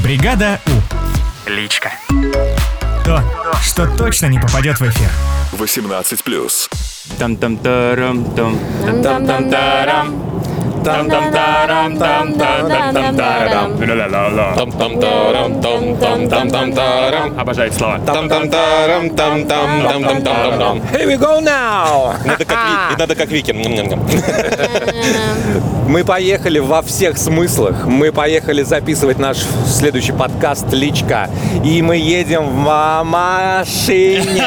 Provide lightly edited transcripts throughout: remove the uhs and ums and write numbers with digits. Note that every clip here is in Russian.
Бригада У. Личка. То, что точно не попадет в эфир. 18+. Там-там-тарам-там. Там-там-тарам. Там-там-тарам. Там-там-тарам. Ля-ля-ля-ля. Там-там-тарам. Обожаю эти слова. Там-там-тарам. Там-там-там-там-там. Here we go now! Надо как Вики. Мы поехали во всех смыслах. Мы поехали записывать наш следующий подкаст «Личка». И мы едем в машине.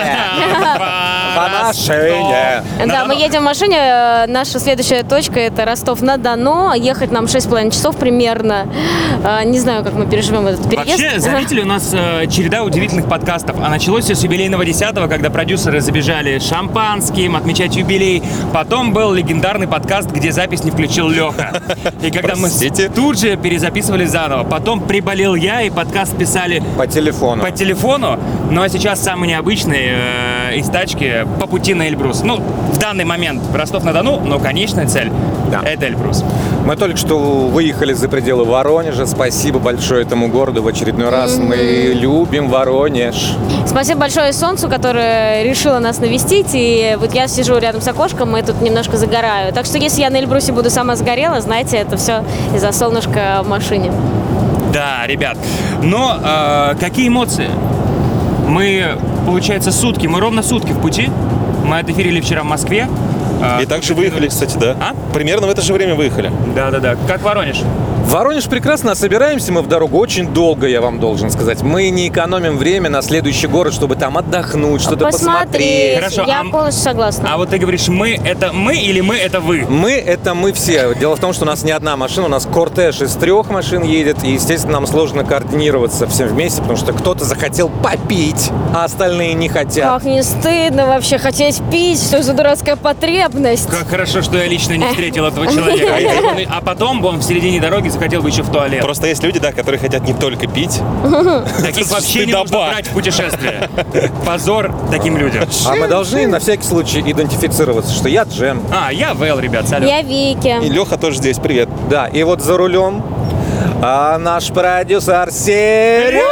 По машине. Да, мы едем в машине. Наша следующая точка — это Ростов-на-Дону. Ехать нам 6,5 часов примерно. Не знаю, как мы переживем этот переезд. Вообще, заметили, у нас череда удивительных подкастов. А началось все с юбилейного 10-го, когда продюсеры забежали шампанским отмечать юбилей. Потом был легендарный подкаст, где запись не включил Леха. И когда мы тут же перезаписывали заново. Потом приболел я, и подкаст писали По телефону. по телефону. Ну а сейчас самый необычный из тачки по пути на Эльбрус. Ну, в данный момент Ростов-на-Дону, но конечная цель это Эльбрус. Мы только что выехали за пределы Воронежа. Спасибо большое этому городу в очередной раз. Мы любим Воронеж. Спасибо большое Солнцу, которое решило нас навестить. И вот я сижу рядом с окошком, и тут немножко загораю. Так что если я на Эльбрусе буду сама сгорела, знаете, это все из-за солнышка в машине. Да, ребят. Но какие эмоции? Мы, получается, мы ровно сутки в пути. Мы отэфирили вчера в Москве. И также выехали, кстати, да? А? Примерно в это же время выехали. Да-да-да. Как Воронеж? Воронеж прекрасно, а собираемся мы в дорогу очень долго, я вам должен сказать. Мы не экономим время на следующий город, чтобы там отдохнуть, что-то посмотреть. Хорошо, Я полностью согласна. А вот ты говоришь, мы это мы или мы это вы? Мы — это мы все. Дело в том, что у нас не одна машина, у нас кортеж из 3 машин едет, и, естественно, нам сложно координироваться всем вместе, потому что кто-то захотел попить, а остальные не хотят. Как не стыдно вообще хотеть пить, что за дурацкая потребность. Как хорошо, что я лично не встретил этого человека. А потом он в середине дороги захотел бы еще в туалет. Просто есть люди, да, которые хотят не только пить. Таких вообще не нужно Стыдоба. брать в путешествие. Позор таким людям. А мы должны на всякий случай идентифицироваться, что я Джем. Я Вэл, ребят, салют. Я Вики. И Леха тоже здесь, привет. Да, и вот за рулем наш продюсер Сережа.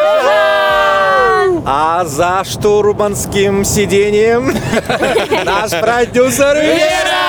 А за штурманским сиденьем наш продюсер Вера.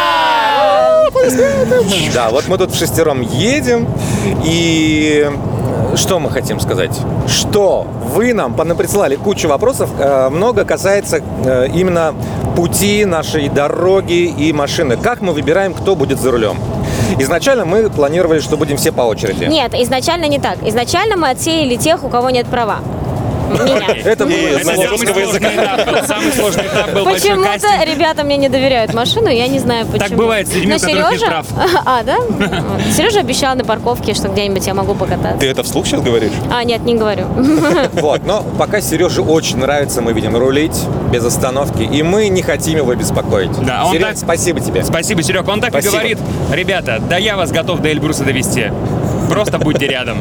Да, вот мы тут вшестером едем, и что мы хотим сказать? Что вы нам понаприсылали кучу вопросов, много касается именно пути нашей дороги и машины. Как мы выбираем, кто будет за рулем? Изначально мы планировали, что будем все по очереди. Нет, изначально не так. Изначально мы отсеяли тех, у кого нет права. Меня. Это было Это самый сложный этап был. Самый сложный этап был большой Почему-то кастинг. ребята мне не доверяют машину, я не знаю почему. Так бывает с людьми, Но у которых нет Сережа... прав. Да? Сережа обещал на парковке, что где-нибудь я могу покататься. Ты это вслух сейчас говоришь? Нет, не говорю. Вот, но пока Сереже очень нравится, мы видим, рулить без остановки, и мы не хотим его беспокоить. Да, он Серег, так- спасибо тебе. Спасибо, Серег. Он так Спасибо. и говорит: ребята, да я вас готов до Эльбруса довести. Просто будьте рядом.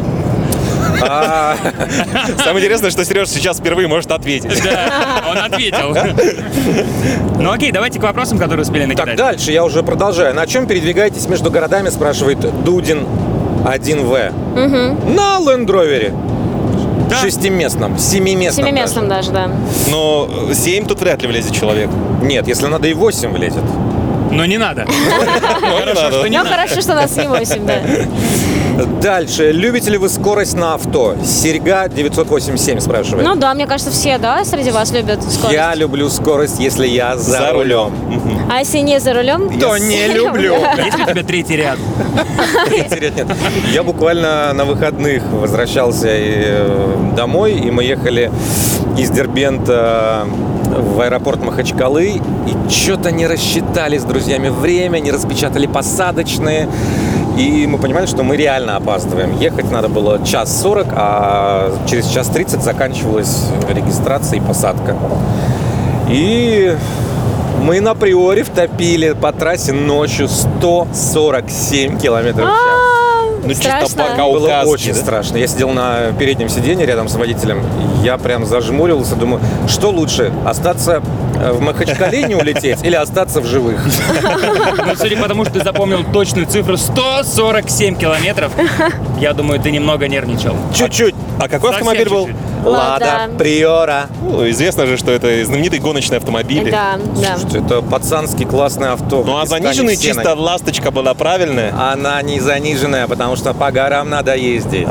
Самое интересное, что Сережа сейчас впервые может ответить. Да, он ответил. Ну окей, давайте к вопросам, которые успели Так, накидать. дальше я уже продолжаю. На чем передвигаетесь между городами, спрашивает Дудин 1В. На Лендровере. Да. Шестиместном, семиместном. Семиместном даже, да. Но 7 тут вряд ли влезет человек. Нет, если надо, и 8 влезет. Но не надо. Не надо. Не Ну, надо. хорошо, что нас не 8, да. Дальше. Любите ли вы скорость на авто? Серьга 987 спрашивает. Ну да, мне кажется, все, да, среди вас любят скорость. Я люблю скорость, если я за рулем. А если не за рулем, То не люблю. Есть ли у тебя третий ряд? Нет. Я буквально на выходных возвращался домой, и мы ехали из Дербента в аэропорт Махачкалы, и что-то не рассчитали с друзьями время, не распечатали посадочные, и мы понимали, что мы реально опаздываем. Ехать надо было 1:40, а через 1:30 заканчивалась регистрация и посадка. И мы на Приоре втопили по трассе ночью 147 километров в час. Ну, чисто страшно. по Было кавказски, очень да? страшно. Я сидел на переднем сиденье рядом с водителем. Я прям зажмурился, думаю, что лучше, остаться в Махачкале, не улететь, или остаться в живых? Ну, судя по тому, что ты запомнил точную цифру 147 километров, я думаю, ты немного нервничал. Чуть-чуть. А какой Совсем автомобиль был? чуть-чуть. Лада. Приора. Ну, известно же, что это знаменитый гоночный автомобиль. Да. Слушайте, это пацанский классный авто. Ну а Пискали заниженный все на чисто ласточка была правильная. Она не заниженная, потому что по горам надо ездить.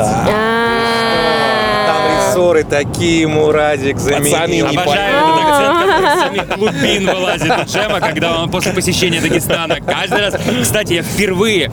Там рессоры такие, Мурадик заменил. Пацаны, не Обожаю этот акцент, который из самих глубин вылазит у Джема, когда он после посещения Дагестана. Каждый раз. Кстати, я впервые...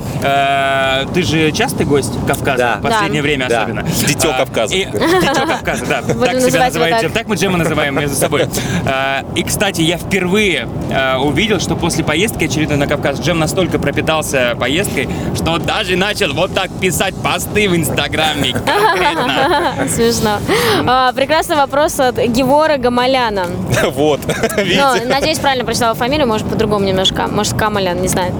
ты же частый гость Кавказа? Да. В последнее время Да. особенно. Дитё Кавказа. Дитё Кавказа, да. Так себя называть его называете. так. Так мы Джема называем между собой. И, кстати, я впервые увидел, что после поездки очередной на Кавказ Джем настолько пропитался поездкой, что даже начал вот так писать посты в Инстаграме. Конкретно. Смешно. Прекрасный вопрос от Гевора Гамаляна. Вот, Ну, видите? надеюсь, правильно прочитала фамилию, может, по-другому немножко. Может, Камалян, не знаю.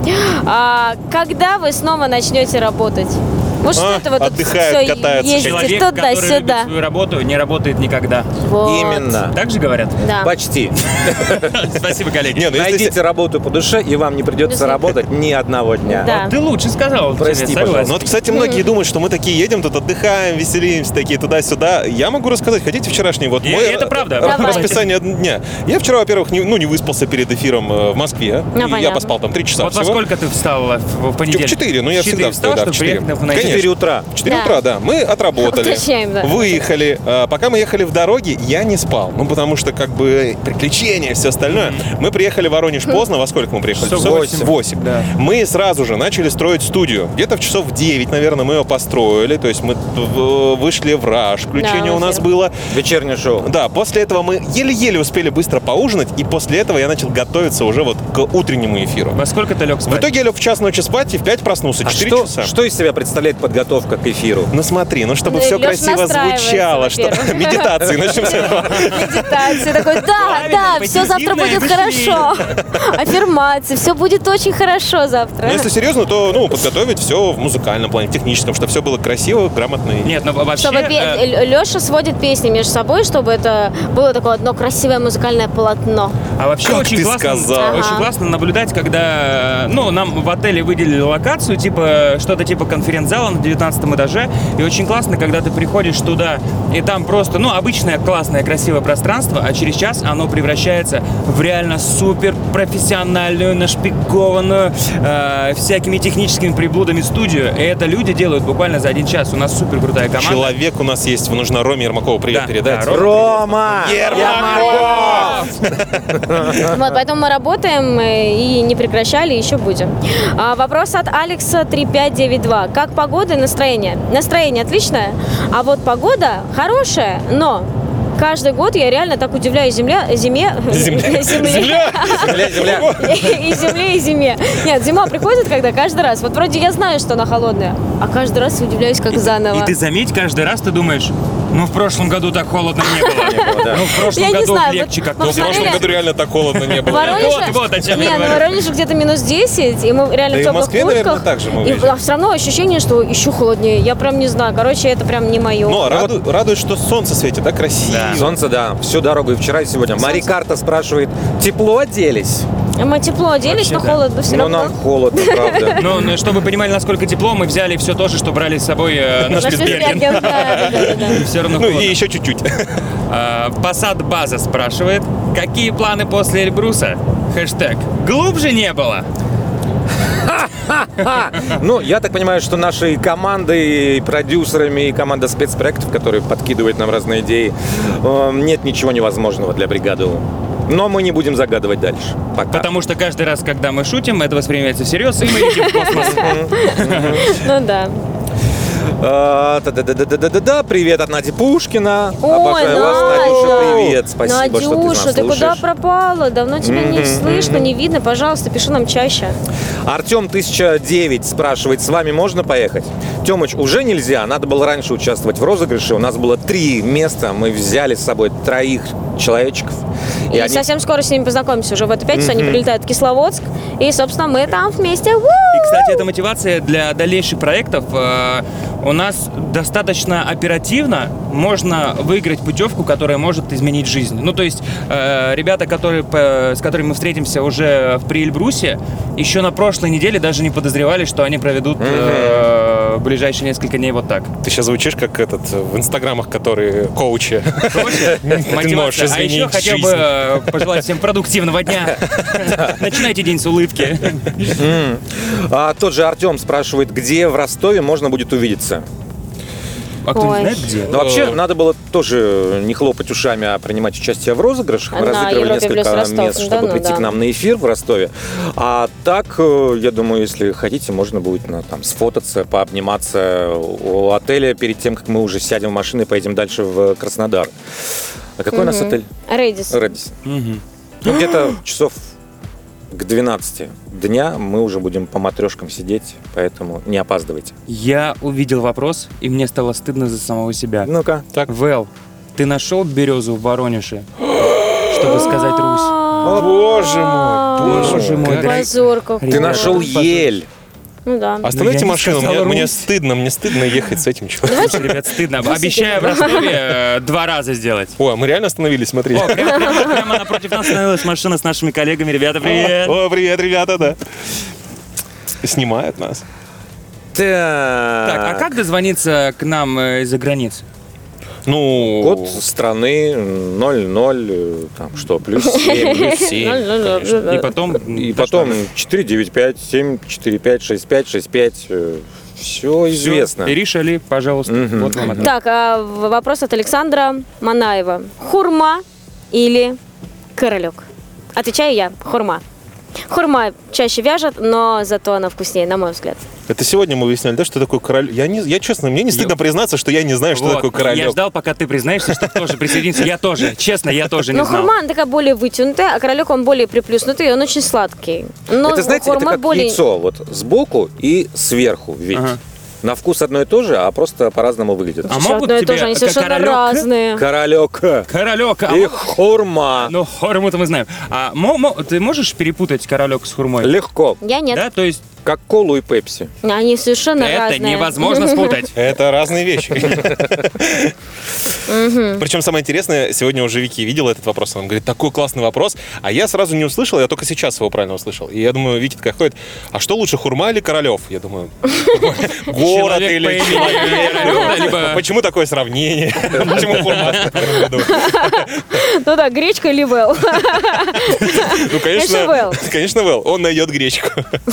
Когда вы снова начнете работать? Вот что это вы тут отдыхают, все катаются. ездите Человек, который любит туда-сюда. свою работу, не работает никогда. Вот. Именно. Так же говорят? Да. Почти. Спасибо, коллеги. Не, ну если... Найдите работу по душе, и вам не придется Если- работать ни одного дня. Да. Ты лучше сказал. Прости, тебе, пожалуйста. согласен. Ну вот, кстати, многие думают, что мы такие едем, тут отдыхаем, веселимся, такие туда-сюда. Я могу рассказать, хотите вчерашний вот И мой это правда. Давай. расписание дня. Я вчера, во-первых, не выспался перед эфиром в Москве. Ну, И я понятно. поспал там 3 часа Вот во всего. сколько ты встал в понедельник? В 4, ну я В всегда 4 встаю, да, чтобы в 4. приехать на Конечно. 4 утра. В 4 Да. утра, да. Мы отработали, Уточняем, да. выехали. Пока мы ехали в дороге, я не спал. Ну, потому что, как бы, приключения, все остальное. Мы приехали в Воронеж поздно. Во сколько мы приехали? Часов 8. Да. Мы сразу же начали строить студию. Где-то в часов 9, наверное, мы ее построили. То есть мы вышли в раж. Включение Да, у нас эфир. было. Вечернее шоу. Да, после этого мы еле-еле успели быстро поужинать. И после этого я начал готовиться уже вот к утреннему эфиру. Во сколько ты лег спать? В итоге я лег в час ночи спать и в 5 проснулся. А 4 часа. что из себя представляет подготовка к эфиру? Ну смотри, ну чтобы Ну, все Лёша красиво настраивается, звучало, что во-первых. медитации, начнем с этого. Медитация. Такой, да, все завтра позитивное будет хорошо. Аффирмации, все будет очень хорошо завтра. Но если серьезно, то подготовить все в музыкальном плане, в техническом, чтобы все было красиво, грамотно. и- Нет, ну вообще... Чтобы Леша сводит песни между собой, чтобы это было такое одно красивое музыкальное полотно. А вообще Как очень ты классно, сказал. очень Ага. классно наблюдать, когда, нам в отеле выделили локацию, что-то типа конференц-зала на 19 этаже, и очень классно, когда ты приходишь туда, и там просто, обычное классное красивое пространство, а через час оно превращается в реально супер профессиональную, нашпигованную всякими техническими приблудами студию, и это люди делают буквально за 1 час. У нас супер крутая команда. Человек у нас есть, нужно Роме Ермакову привет Да, передать. да, Рома! Вот, поэтому мы работаем и не прекращали, еще будем. Вопрос от Алекса 3592. Как погода и настроение? Настроение отличное, а вот погода хорошая, но каждый год я реально так удивляюсь земле. Земля. Земля, земля. И земле, и зиме. Нет, зима приходит, когда каждый раз. Вот вроде я знаю, что она холодная, а каждый раз удивляюсь, как заново. И ты заметь, каждый раз ты думаешь, в прошлом году так холодно не было. да. В прошлом Я не году знаю, легче вот как-то. мы В прошлом Смотрели? году реально так холодно не В было. Воронеже, Вот о чем я не, говорю. в Воронеже где-то минус 10, и мы реально Да в и в теплых Москве, куртках. наверное, так же мы И выезжали. все равно ощущение, что еще холоднее. Я прям не знаю. Короче, это прям не мое. Но радует, что солнце светит, да, красиво. Да. Солнце, да, всю дорогу и вчера, и сегодня. Мари Карта спрашивает, тепло оделись? Мы тепло оделись, но Вообще, да. холодно все Ну, равно. нам холодно, правда. Ну, чтобы вы понимали, насколько тепло, мы взяли все то же, что брали с собой на На Шпицберген. Шпицберген, да. Все равно Ну холодно. и еще чуть-чуть. Посад База спрашивает, какие планы после Эльбруса? Хэштег «Глубже не было». Ну, я так понимаю, что нашей командой, и продюсерами, и команда спецпроектов, которые подкидывают нам разные идеи, нет ничего невозможного для бригады У. Но мы не будем загадывать дальше. Пока. Потому что каждый раз, когда мы шутим, это воспринимается всерьез, и мы летим в космос. Ну да. Да-да-да-да-да-да. Привет от Нади Пушкина. Ой, Обожаю вас, Надюша, Надя. привет. Спасибо, что ты нас Надюша, ты куда слушаешь. пропала? Давно тебя не слышно, не видно. Пожалуйста, пиши нам чаще. Артем 1009 спрашивает, с вами можно поехать? Тёмыч, уже нельзя, надо было раньше участвовать в розыгрыше. У нас было 3 места, мы взяли с собой 3 человечков. И они- совсем скоро с ними познакомимся. Уже в эту пятницу они прилетают в Кисловодск. И, собственно, мы там вместе. И, кстати, это мотивация для дальнейших проектов. У нас достаточно оперативно можно выиграть путевку, которая может изменить жизнь. Ну, то есть, ребята, с которыми мы встретимся уже в Эльбрусе, еще на прошлой неделе даже не подозревали, что они проведут в ближайшие несколько дней вот так. Ты сейчас звучишь как этот в инстаграмах, которые коучи. Мотивация. А еще хотел бы пожелать всем продуктивного дня. Начинайте день с улыбки. А тот же Артем спрашивает, где в Ростове можно будет увидеться. А кто Ой. знает где? Ну, вообще, надо было тоже не хлопать ушами, а принимать участие в розыгрышах. Мы На разыгрывали Европе плюс несколько Ростов. мест, чтобы Да, ну прийти да. к нам на эфир в Ростове. А так, я думаю, если хотите, можно будет там сфотаться, пообниматься у отеля перед тем, как мы уже сядем в машину и поедем дальше в Краснодар. А какой у нас отель? Редис. Редис. Ну, где-то часов к 12 дня мы уже будем по матрешкам сидеть, поэтому не опаздывайте. Я увидел вопрос, и мне стало стыдно за самого себя. Ну-ка. Вэл, ты нашел березу в Воронеже, чтобы сказать Русь? Боже мой, Боже мой, как- дорогой. Позор какой. Ты нашел ель. Ну да. Остановите Я не машину, сказал мне Русь. стыдно ехать с этим человеком. Ребят, стыдно. Обещаю в Ростове 2 раза сделать. О, мы реально остановились, смотри. О, прямо напротив нас остановилась машина с нашими коллегами. Ребята, привет! О, привет, ребята, да. Снимают нас. Так, а как дозвониться к нам из-за границ? Ну, Код страны 00, там что, плюс 7. плюс 7. И потом... И потом 495 745 65 65. Все известно. Решали, пожалуйста. Мгм. Вот вам ответ. Так, вопрос от Александра Манаева. Хурма или королек? Отвечаю я. Хурма. Хурма чаще вяжет, но зато она вкуснее, на мой взгляд. Это сегодня мы выясняли, да, что такое король. Я честно, мне не стыдно признаться, что я не знаю, что Вот. такое королек. Я ждал, пока ты признаешься, что ты тоже присоединился. Я тоже, честно, я тоже не Но знал. хурма, она такая более вытянутая, а королек, он более приплюснутый, и он очень сладкий. Но Это, знаете, это хурма как более... яйцо. Вот сбоку и сверху ведь. Ага. На вкус одно и то же, а просто по-разному выглядит. А Всё могут одно и тебе то же, они совершенно королек? разные. Королек Королек. и хурма. Ну, хурму-то мы знаем. А ты можешь перепутать королек с хурмой? Легко. Я нет. Да, то есть Как колу и пепси. Они совершенно это разные. невозможно спутать. Это разные вещи. Причем самое интересное, сегодня уже Вики видела этот вопрос. Она говорит, такой классный вопрос. А я сразу не услышал, я только сейчас его правильно услышал. И я думаю, Вики такая ходит, а что лучше, хурма или Королев? Я думаю, город Человек или по имени человек. Королев, либо- Почему такое сравнение? Почему хурма? Ну да, гречка или Вэл. Ну, Конечно, Вэл. конечно, Вэл. Он найдет гречку.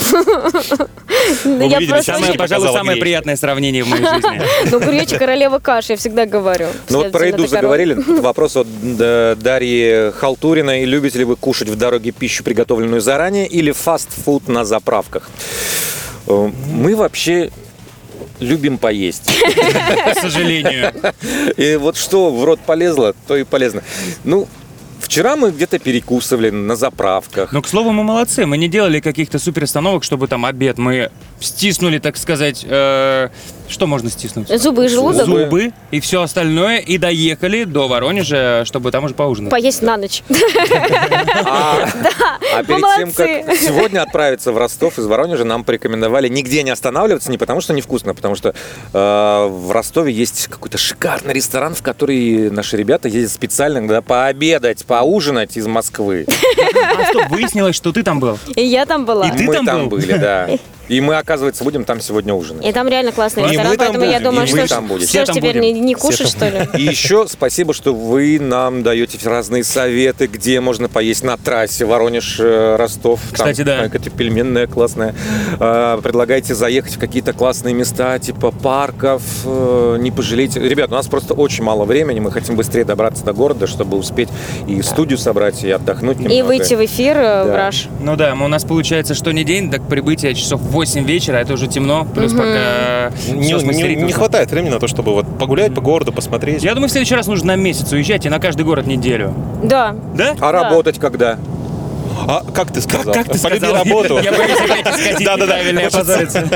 Я видели, просто самое, очень- Пожалуй, показала самое гречку. приятное сравнение в моей жизни. Ну, гречка королева каши, я всегда говорю. Ну вот про Следовательно, еду это король. заговорили. Вопрос от Дарьи Халтуриной. Любите ли вы кушать в дороге пищу, приготовленную заранее, или фастфуд на заправках? Мы вообще любим поесть. К сожалению. И вот что в рот полезло, то и полезно. Ну, вчера мы где-то перекусывали на заправках. Но, к слову, мы молодцы. Мы не делали каких-то супер остановок, чтобы там обед. Мы стиснули, так сказать, что можно стиснуть? Зубы и желудок. Зубы и все остальное. И доехали до Воронежа, чтобы там уже поужинать. Поесть на ночь. А перед тем, молодцы. как сегодня отправиться в Ростов из Воронежа, нам порекомендовали нигде не останавливаться, не потому что невкусно, а потому что в Ростове есть какой-то шикарный ресторан, в который наши ребята ездят специально пообедать, поужинать из Москвы. А что, выяснилось, что ты там был? И я там была. И ты Мы там там был? были, да. И мы, оказывается, будем там сегодня ужинать. И там реально классный И мы ресторан, там поэтому я будем, думаю, и вы что там будете. что ж Все там теперь будем. не кушать, что ли? И еще спасибо, что вы нам даете разные советы, где можно поесть на трассе Воронеж-Ростов. Кстати, да. Какая-то пельменная классная. Предлагаете заехать в какие-то классные места, типа парков. Не пожалейте. Ребят, у нас просто очень мало времени. Мы хотим быстрее добраться до города, чтобы успеть и студию собрать, и отдохнуть немного. И выйти в эфир в Раш. Ну да, у нас получается, что не день, так прибытие часов в 8 вечера, это уже темно, плюс пока всё смастерить Не нужно. хватает времени на то, чтобы вот погулять по городу, посмотреть. Я думаю, в следующий раз нужно на месяц уезжать и на каждый город неделю. Да. Да? А работать когда? А как ты сказал? Как ты Полюби сказал? работу. Я боюсь опять исказить Да-да-да. неправильно и опозориться.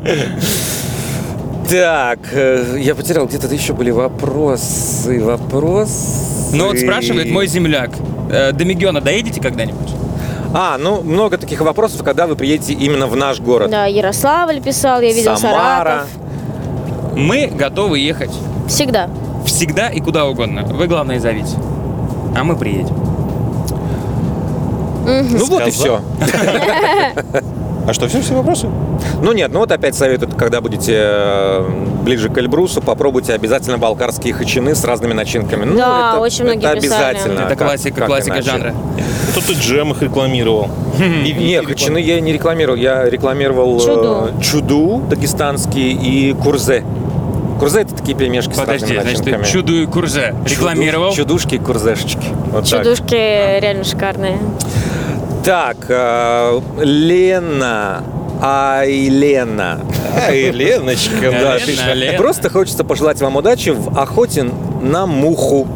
Так, я потерял, где-то еще были вопросы. Ну вот спрашивает мой земляк. До Мегиона доедете когда-нибудь? Ну, много таких вопросов, когда вы приедете именно в наш город. Да, Ярославль писал, я видел Самара. Саратов. Мы готовы ехать Всегда. всегда и куда угодно. Вы, главное, зовите. А мы приедем. Ну вот и все. А что, все вопросы? Ну нет, ну вот опять советуют, когда будете ближе к Эльбрусу, попробуйте обязательно балкарские хачины с разными начинками. Ну, Да, это, очень многие это писали. обязательно. Это классика иначе? жанра. Тут ты джем их рекламировал. Нет, хачины я не рекламировал. Я рекламировал чуду дагестанский и курзе. Курзе — это такие пельмешки с Подожди, разными значит, начинками. ты чуду и курзе рекламировал? Чудушки и курзешечки. Вот так. Чудушки реально шикарные. Так, Лена. Леночка. Да, Лена, Лена. Просто хочется пожелать вам удачи в охоте на муху.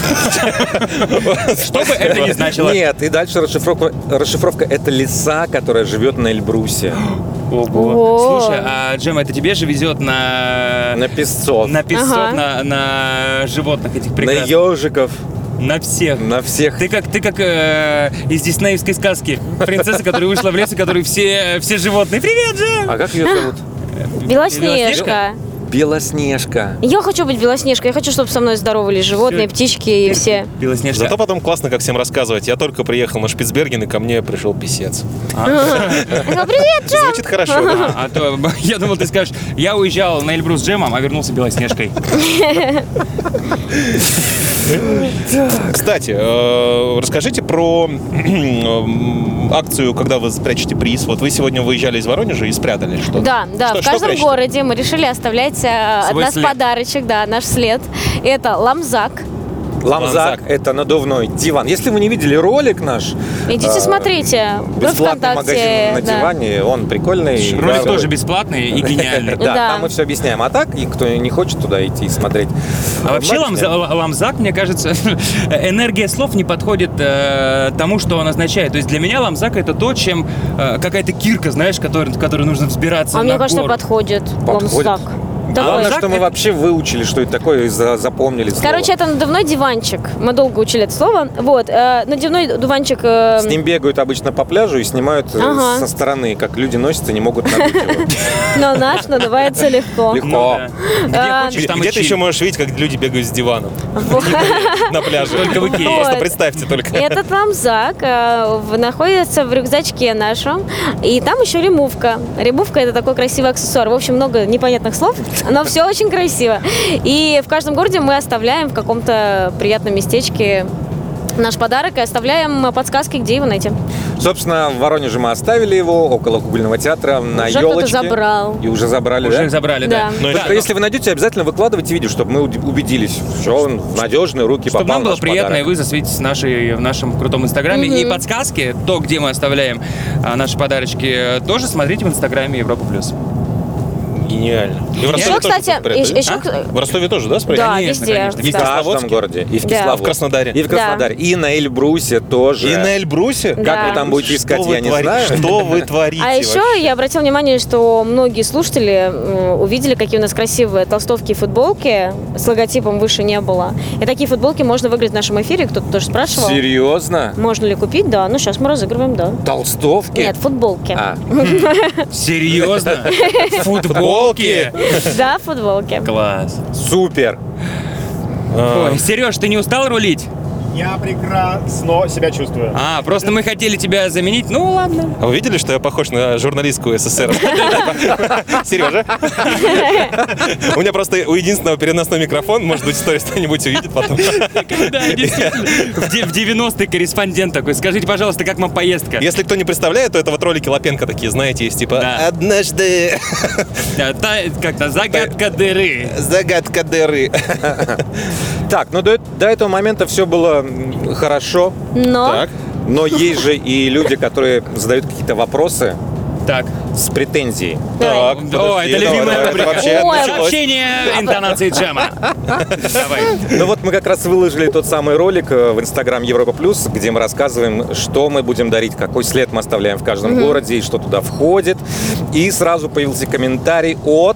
Что бы это ни значило. Нет, и дальше расшифровка — это лиса, которая живет на Эльбрусе. Ого. Слушай, а Джем, это тебе же везет на песцов. на песцов, Ага. на животных этих На прекрасных. ежиков. На всех. На всех. Ты как из диснеевской сказки. Принцесса, которая вышла в лес, и которой все животные. Привет, Джем! А как ее зовут? Белоснежка. Белоснежка. Я хочу быть Белоснежкой. Я хочу, чтобы со мной здоровались животные, птички и все. Белоснежка. Зато потом классно, как всем рассказывать. Я только приехал на Шпицберген, и ко мне пришел писец. Привет, Джем! Звучит хорошо, да? А то я думал, ты скажешь, я уезжал на Эльбрус с Джемом, а вернулся Белоснежкой. Кстати, расскажите про акцию, когда вы спрячете приз. Вот вы сегодня выезжали из Воронежа и спрятали что-то. Да, Что в каждом прячете? городе мы решили оставлять от Свой нас след. подарочек, да, наш след. Это ламзак. Ламзак — это надувной диван. Если вы не видели ролик наш, Идите смотрите. Вы бесплатный магазин на да. диване, он прикольный. Ролик Да. тоже бесплатный и гениальный. Да, Да. там мы все объясняем. А так, и кто не хочет туда идти и смотреть. А вообще можете? ламзак, мне кажется, энергия слов не подходит тому, что он означает. То есть для меня ламзак — это то, чем какая-то кирка, знаешь, которой нужно взбираться А на мне кажется, гору. подходит Подходит. ламзак. Такой. Главное, ламзак что мы это- вообще выучили, что это такое, и запомнили слово. Короче, это надувной диванчик. Мы долго учили это слово. Вот. Надувной диванчик... С ним бегают обычно по пляжу и снимают Ага. со стороны, как люди носятся, не могут надуть его. Но наш надувается легко. Легко. Ну да. Где хочешь, там и Где-то чили. еще можешь видеть, как люди бегают с диваном Вот. на пляже. Только в Икее. Просто Вот. представьте только. Этот ламзак находится в рюкзачке нашем. И там еще ремувка. Ремувка — это такой красивый аксессуар. В общем, много непонятных слов, но все очень красиво. И в каждом городе мы оставляем в каком-то приятном местечке наш подарок и оставляем подсказки, где его найти. Собственно, в Воронеже мы оставили его около Кукольного театра на Уже кто-то елочке. забрал. И уже забрали, Уже да? их забрали, да. Да. Но Только это- если вы найдете, обязательно выкладывайте видео, чтобы мы убедились, что он в надежные руки Чтобы попал нам было наш приятно, и подарок. вы засветитесь в нашем крутом инстаграме. И подсказки, то, где мы оставляем наши подарочки, тоже смотрите в инстаграме Европа Плюс. Гениально. И в Ростове Еще, тоже кстати, спрятали? еще... В Ростове тоже, да, спрятали? Да, Конечно, везде. конечно. И в Везде. Да. каждом Кисловодске? городе. И в Да. Кисловодске. В Краснодаре? И в Краснодаре. И на Эльбрусе тоже. И на Эльбрусе? Да. Как вы там будете искать, Что вы я не творите? знаю. Что вы творите А еще вообще? я обратила внимание, что многие слушатели увидели, какие у нас красивые толстовки и футболки с логотипом выше не было. И такие футболки можно выиграть в нашем эфире. Кто-то тоже спрашивал. Серьезно? Можно ли купить? Да. Ну, сейчас мы разыгрываем, да. Толстовки? Нет, футболки. А, Серьезно? Футболки? Да, футболки. Класс. супер. Ой, Сереж, ты не устал рулить? Я прекрасно себя чувствую. А, просто мы хотели тебя заменить. Ну, ладно. А вы видели, что я похож на журналистку СССР? Сережа? У меня просто у единственного переносной микрофон. Может быть, сторис кто-нибудь увидит потом. Да, действительно. В 90-й корреспондент такой. Скажите, пожалуйста, как вам поездка? Если кто не представляет, то это вот ролики Лапенко такие, знаете, есть типа Да. «Однажды Как-то загадка дыры. загадка дыры». Так, ну до этого момента все было хорошо. Но Так. Но есть же и люди, которые задают какие-то вопросы Так. с претензией. давай. Так, О, подожди, это любимая давай, рубрика. вообще Ой, началось. Сообщение интонации Джема. Давай. Ну вот мы как раз выложили тот самый ролик в Инстаграм Европа Плюс, где мы рассказываем, что мы будем дарить, какой след мы оставляем в каждом городе и что туда входит. И сразу появился комментарий от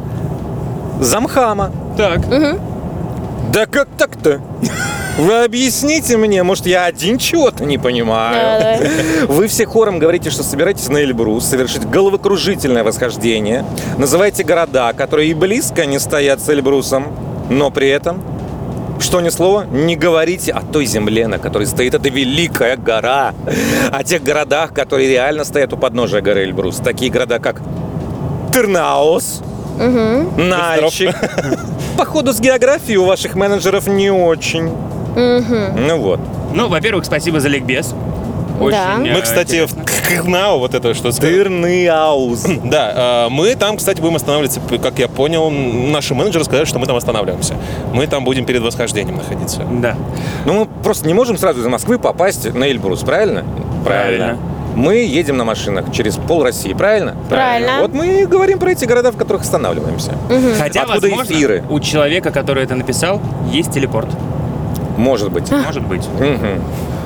замхама. Так. Да как так-то? Вы объясните мне, может, я один чего-то не понимаю. Давай. Вы все хором говорите, что собираетесь на Эльбрус совершить головокружительное восхождение. Называете города, которые и близко не стоят с Эльбрусом, но при этом что ни слова не говорите о той земле, на которой стоит эта великая гора. О тех городах, которые реально стоят у подножия горы Эльбрус. Такие города, как Тырнаус, Нальчик. Походу, с географией у ваших менеджеров не очень. Ну вот. Ну, во-первых, спасибо за ликбез. Очень, Да. Мы, кстати, в Кырнау, вот это что сказать. Тырныаус. Да, мы там, кстати, будем останавливаться, как я понял, наши менеджеры сказали, что мы там останавливаемся. Мы там будем перед восхождением находиться. Да. Ну, мы просто не можем сразу из Москвы попасть на Эльбрус, правильно? Правильно. Мы едем на машинах через пол России, правильно? Правильно. Вот мы и говорим про эти города, в которых останавливаемся. Хотя, Откуда возможно, эфиры? у человека, который это написал, есть телепорт. Может быть. Может быть. Мгм.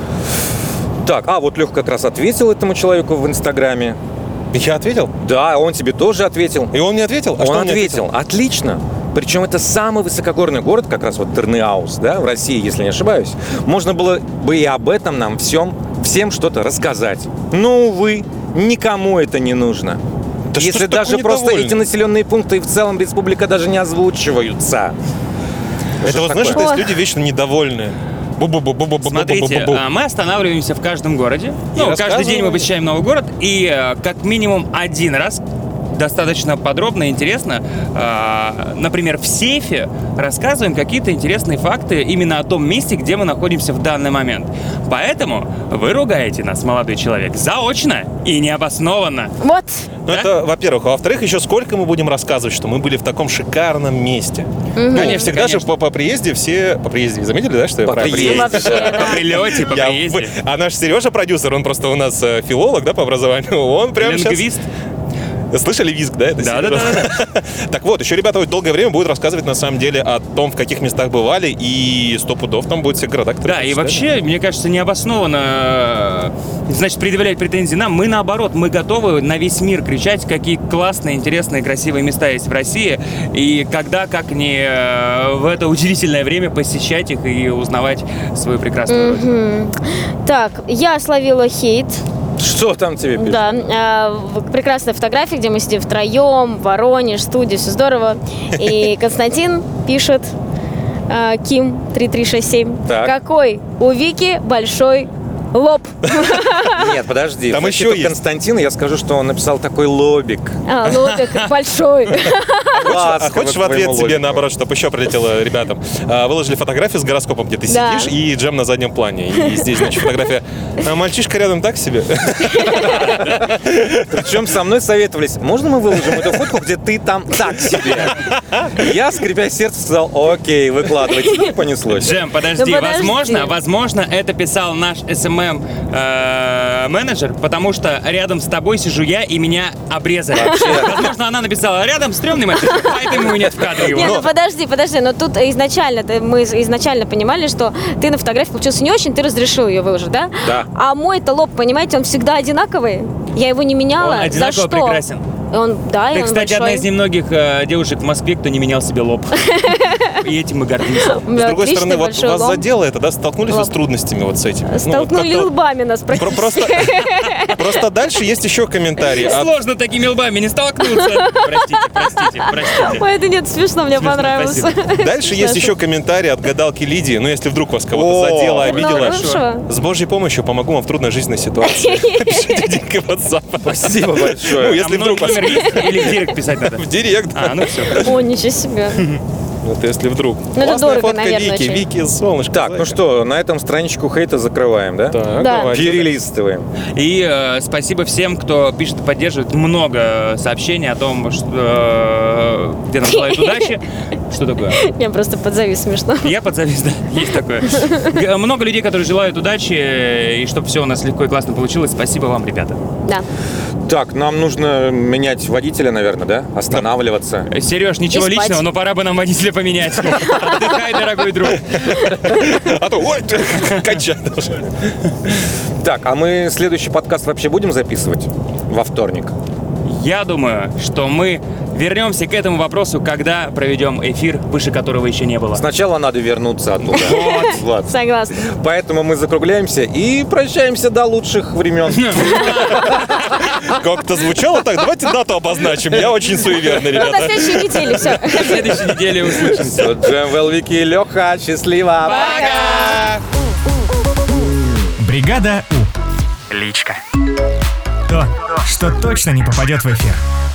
Так, вот Леха как раз ответил этому человеку в Инстаграме. Я ответил? Да, он тебе тоже ответил. И он мне ответил? А что Он мне ответил. Отлично. Причем это самый высокогорный город, как раз вот Тырныаус, да, в России, если не ошибаюсь. Можно было бы и об этом нам всем что-то рассказать. Но, увы, никому это не нужно. Да что Если ж такой даже просто недовольный? эти населенные пункты и в целом республика даже не озвучиваются. Это вот, знаешь, такое? это есть люди вечно недовольные. Смотрите, мы останавливаемся в каждом городе. И Ну, каждый рассказываем. день мы посещаем новый город. И как минимум один раз достаточно подробно и интересно, например, в сейфе рассказываем какие-то интересные факты именно о том месте, где мы находимся в данный момент. Поэтому вы ругаете нас, молодой человек, заочно и необоснованно. Вот. Ну, Да? это, во-первых. А во-вторых, еще сколько мы будем рассказывать, что мы были в таком шикарном месте. Конечно, всегда же конечно. по приезде все... По приезде, заметили, да, что я По правильно? приезде. Вообще, По да. прилете, по Я приезде. А наш Сережа, продюсер, он просто у нас филолог, да, по образованию, он прям сейчас... Лингвист. Слышали визг, да? Это Да. Так вот, еще ребята долгое время будут рассказывать на самом деле о том, в каких местах бывали, и 100 пудов там будет все города, которые... Да, и перечисляли. вообще, мне кажется, необоснованно, значит, предъявлять претензии нам. Мы, наоборот, мы готовы на весь мир кричать, какие классные, интересные, красивые места есть в России. И когда, как не в это удивительное время, посещать их и узнавать свою прекрасную родину. Так, я словила хейт. Что там тебе пишут? Да, прекрасная фотография, где мы сидим втроем, Воронеж, студия, все здорово. И Константин пишет, Ким 3367, Так. какой у Вики большой лоб. Нет, подожди. Там В еще защиту есть. Константина я скажу, что он написал такой лобик. Лобик большой. Ласково А хочешь к в ответ твоему тебе, лобику. наоборот, чтобы еще прилетело ребятам? Выложили фотографию с гороскопом, где ты Да. сидишь, и джем на заднем плане. И здесь, значит, фотография. А мальчишка рядом так себе. Причем со мной советовались, можно мы выложим эту фотку, где ты там так себе? Я, скрипя сердце, сказал, окей, выкладывайте. Ну, понеслось. Джем, подожди, Да подожди. возможно, это писал наш SMM менеджер, потому что рядом с тобой сижу я, и меня обрезали. Возможно, она написала рядом стрёмный мальчик, поэтому и нет в кадре его. Не, ну подожди, но тут изначально, мы изначально понимали, что ты на фотографии получился не очень, ты разрешил ее выложить, да? Да. А мой-то лоб, понимаете, он всегда одинаковый. Я его не меняла. Он За одинаково что? прекрасен. Он, да, и Ты, он кстати, одна большой. из немногих девушек в Москве, кто не менял себе лоб. И этим мы гордимся. У меня С другой отличный стороны, вот большой вас лоб. задело это, да? Столкнулись вы с Лоб. трудностями вот с этим? Ну, вот Столкнули как-то- лбами нас практически. Просто дальше есть еще комментарий. Сложно такими лбами не столкнуться. Простите. Ой, это нет, смешно, мне Смешно, понравилось. Дальше есть еще комментарий от гадалки Лидии. Ну, если вдруг вас кого-то О, задело, обидела. хорошо. С Божьей помощью помогу вам в трудной жизненной ситуации. Пишите деньги в WhatsApp. Спасибо Ну, большое. если Там вдруг вас... номер есть или в директ писать надо? В директ. А, ну все. О, ничего себе. Вот если вдруг. это Классная дорого, фотка наверное, Вики. очень. Вики, солнышко. Так, ну зайка. что, на этом страничку хейта закрываем, да? Так, Да. давайте. Перелистываем. И спасибо всем, кто пишет и поддерживает. Много сообщений о том, что, где нам желают удачи. Что такое? Мне просто подзавис смешно. Я подзавис, да, есть такое. Много людей, которые желают удачи, и чтобы все у нас легко и классно получилось. Спасибо вам, ребята. Да. Так, нам нужно менять водителя, наверное, да? Останавливаться. Сереж, ничего И спать. личного, но пора бы нам водителя поменять. Отдыхай, дорогой друг. А то, ой, кача даже. Так, а мы следующий подкаст вообще будем записывать во вторник? Я думаю, что мы вернемся к этому вопросу, когда проведем эфир, выше которого еще не было. Сначала надо вернуться оттуда. Влад. Согласна. Поэтому мы закругляемся и прощаемся до лучших времен. Как-то звучало так. Давайте дату обозначим. Я очень суеверный, Ну, до ребята. следующей недели все. На следующей неделе услышимся. Джемвел, Вики и Леха. Счастливо. Пока! Бригада У. Личка. То, что точно не попадет в эфир.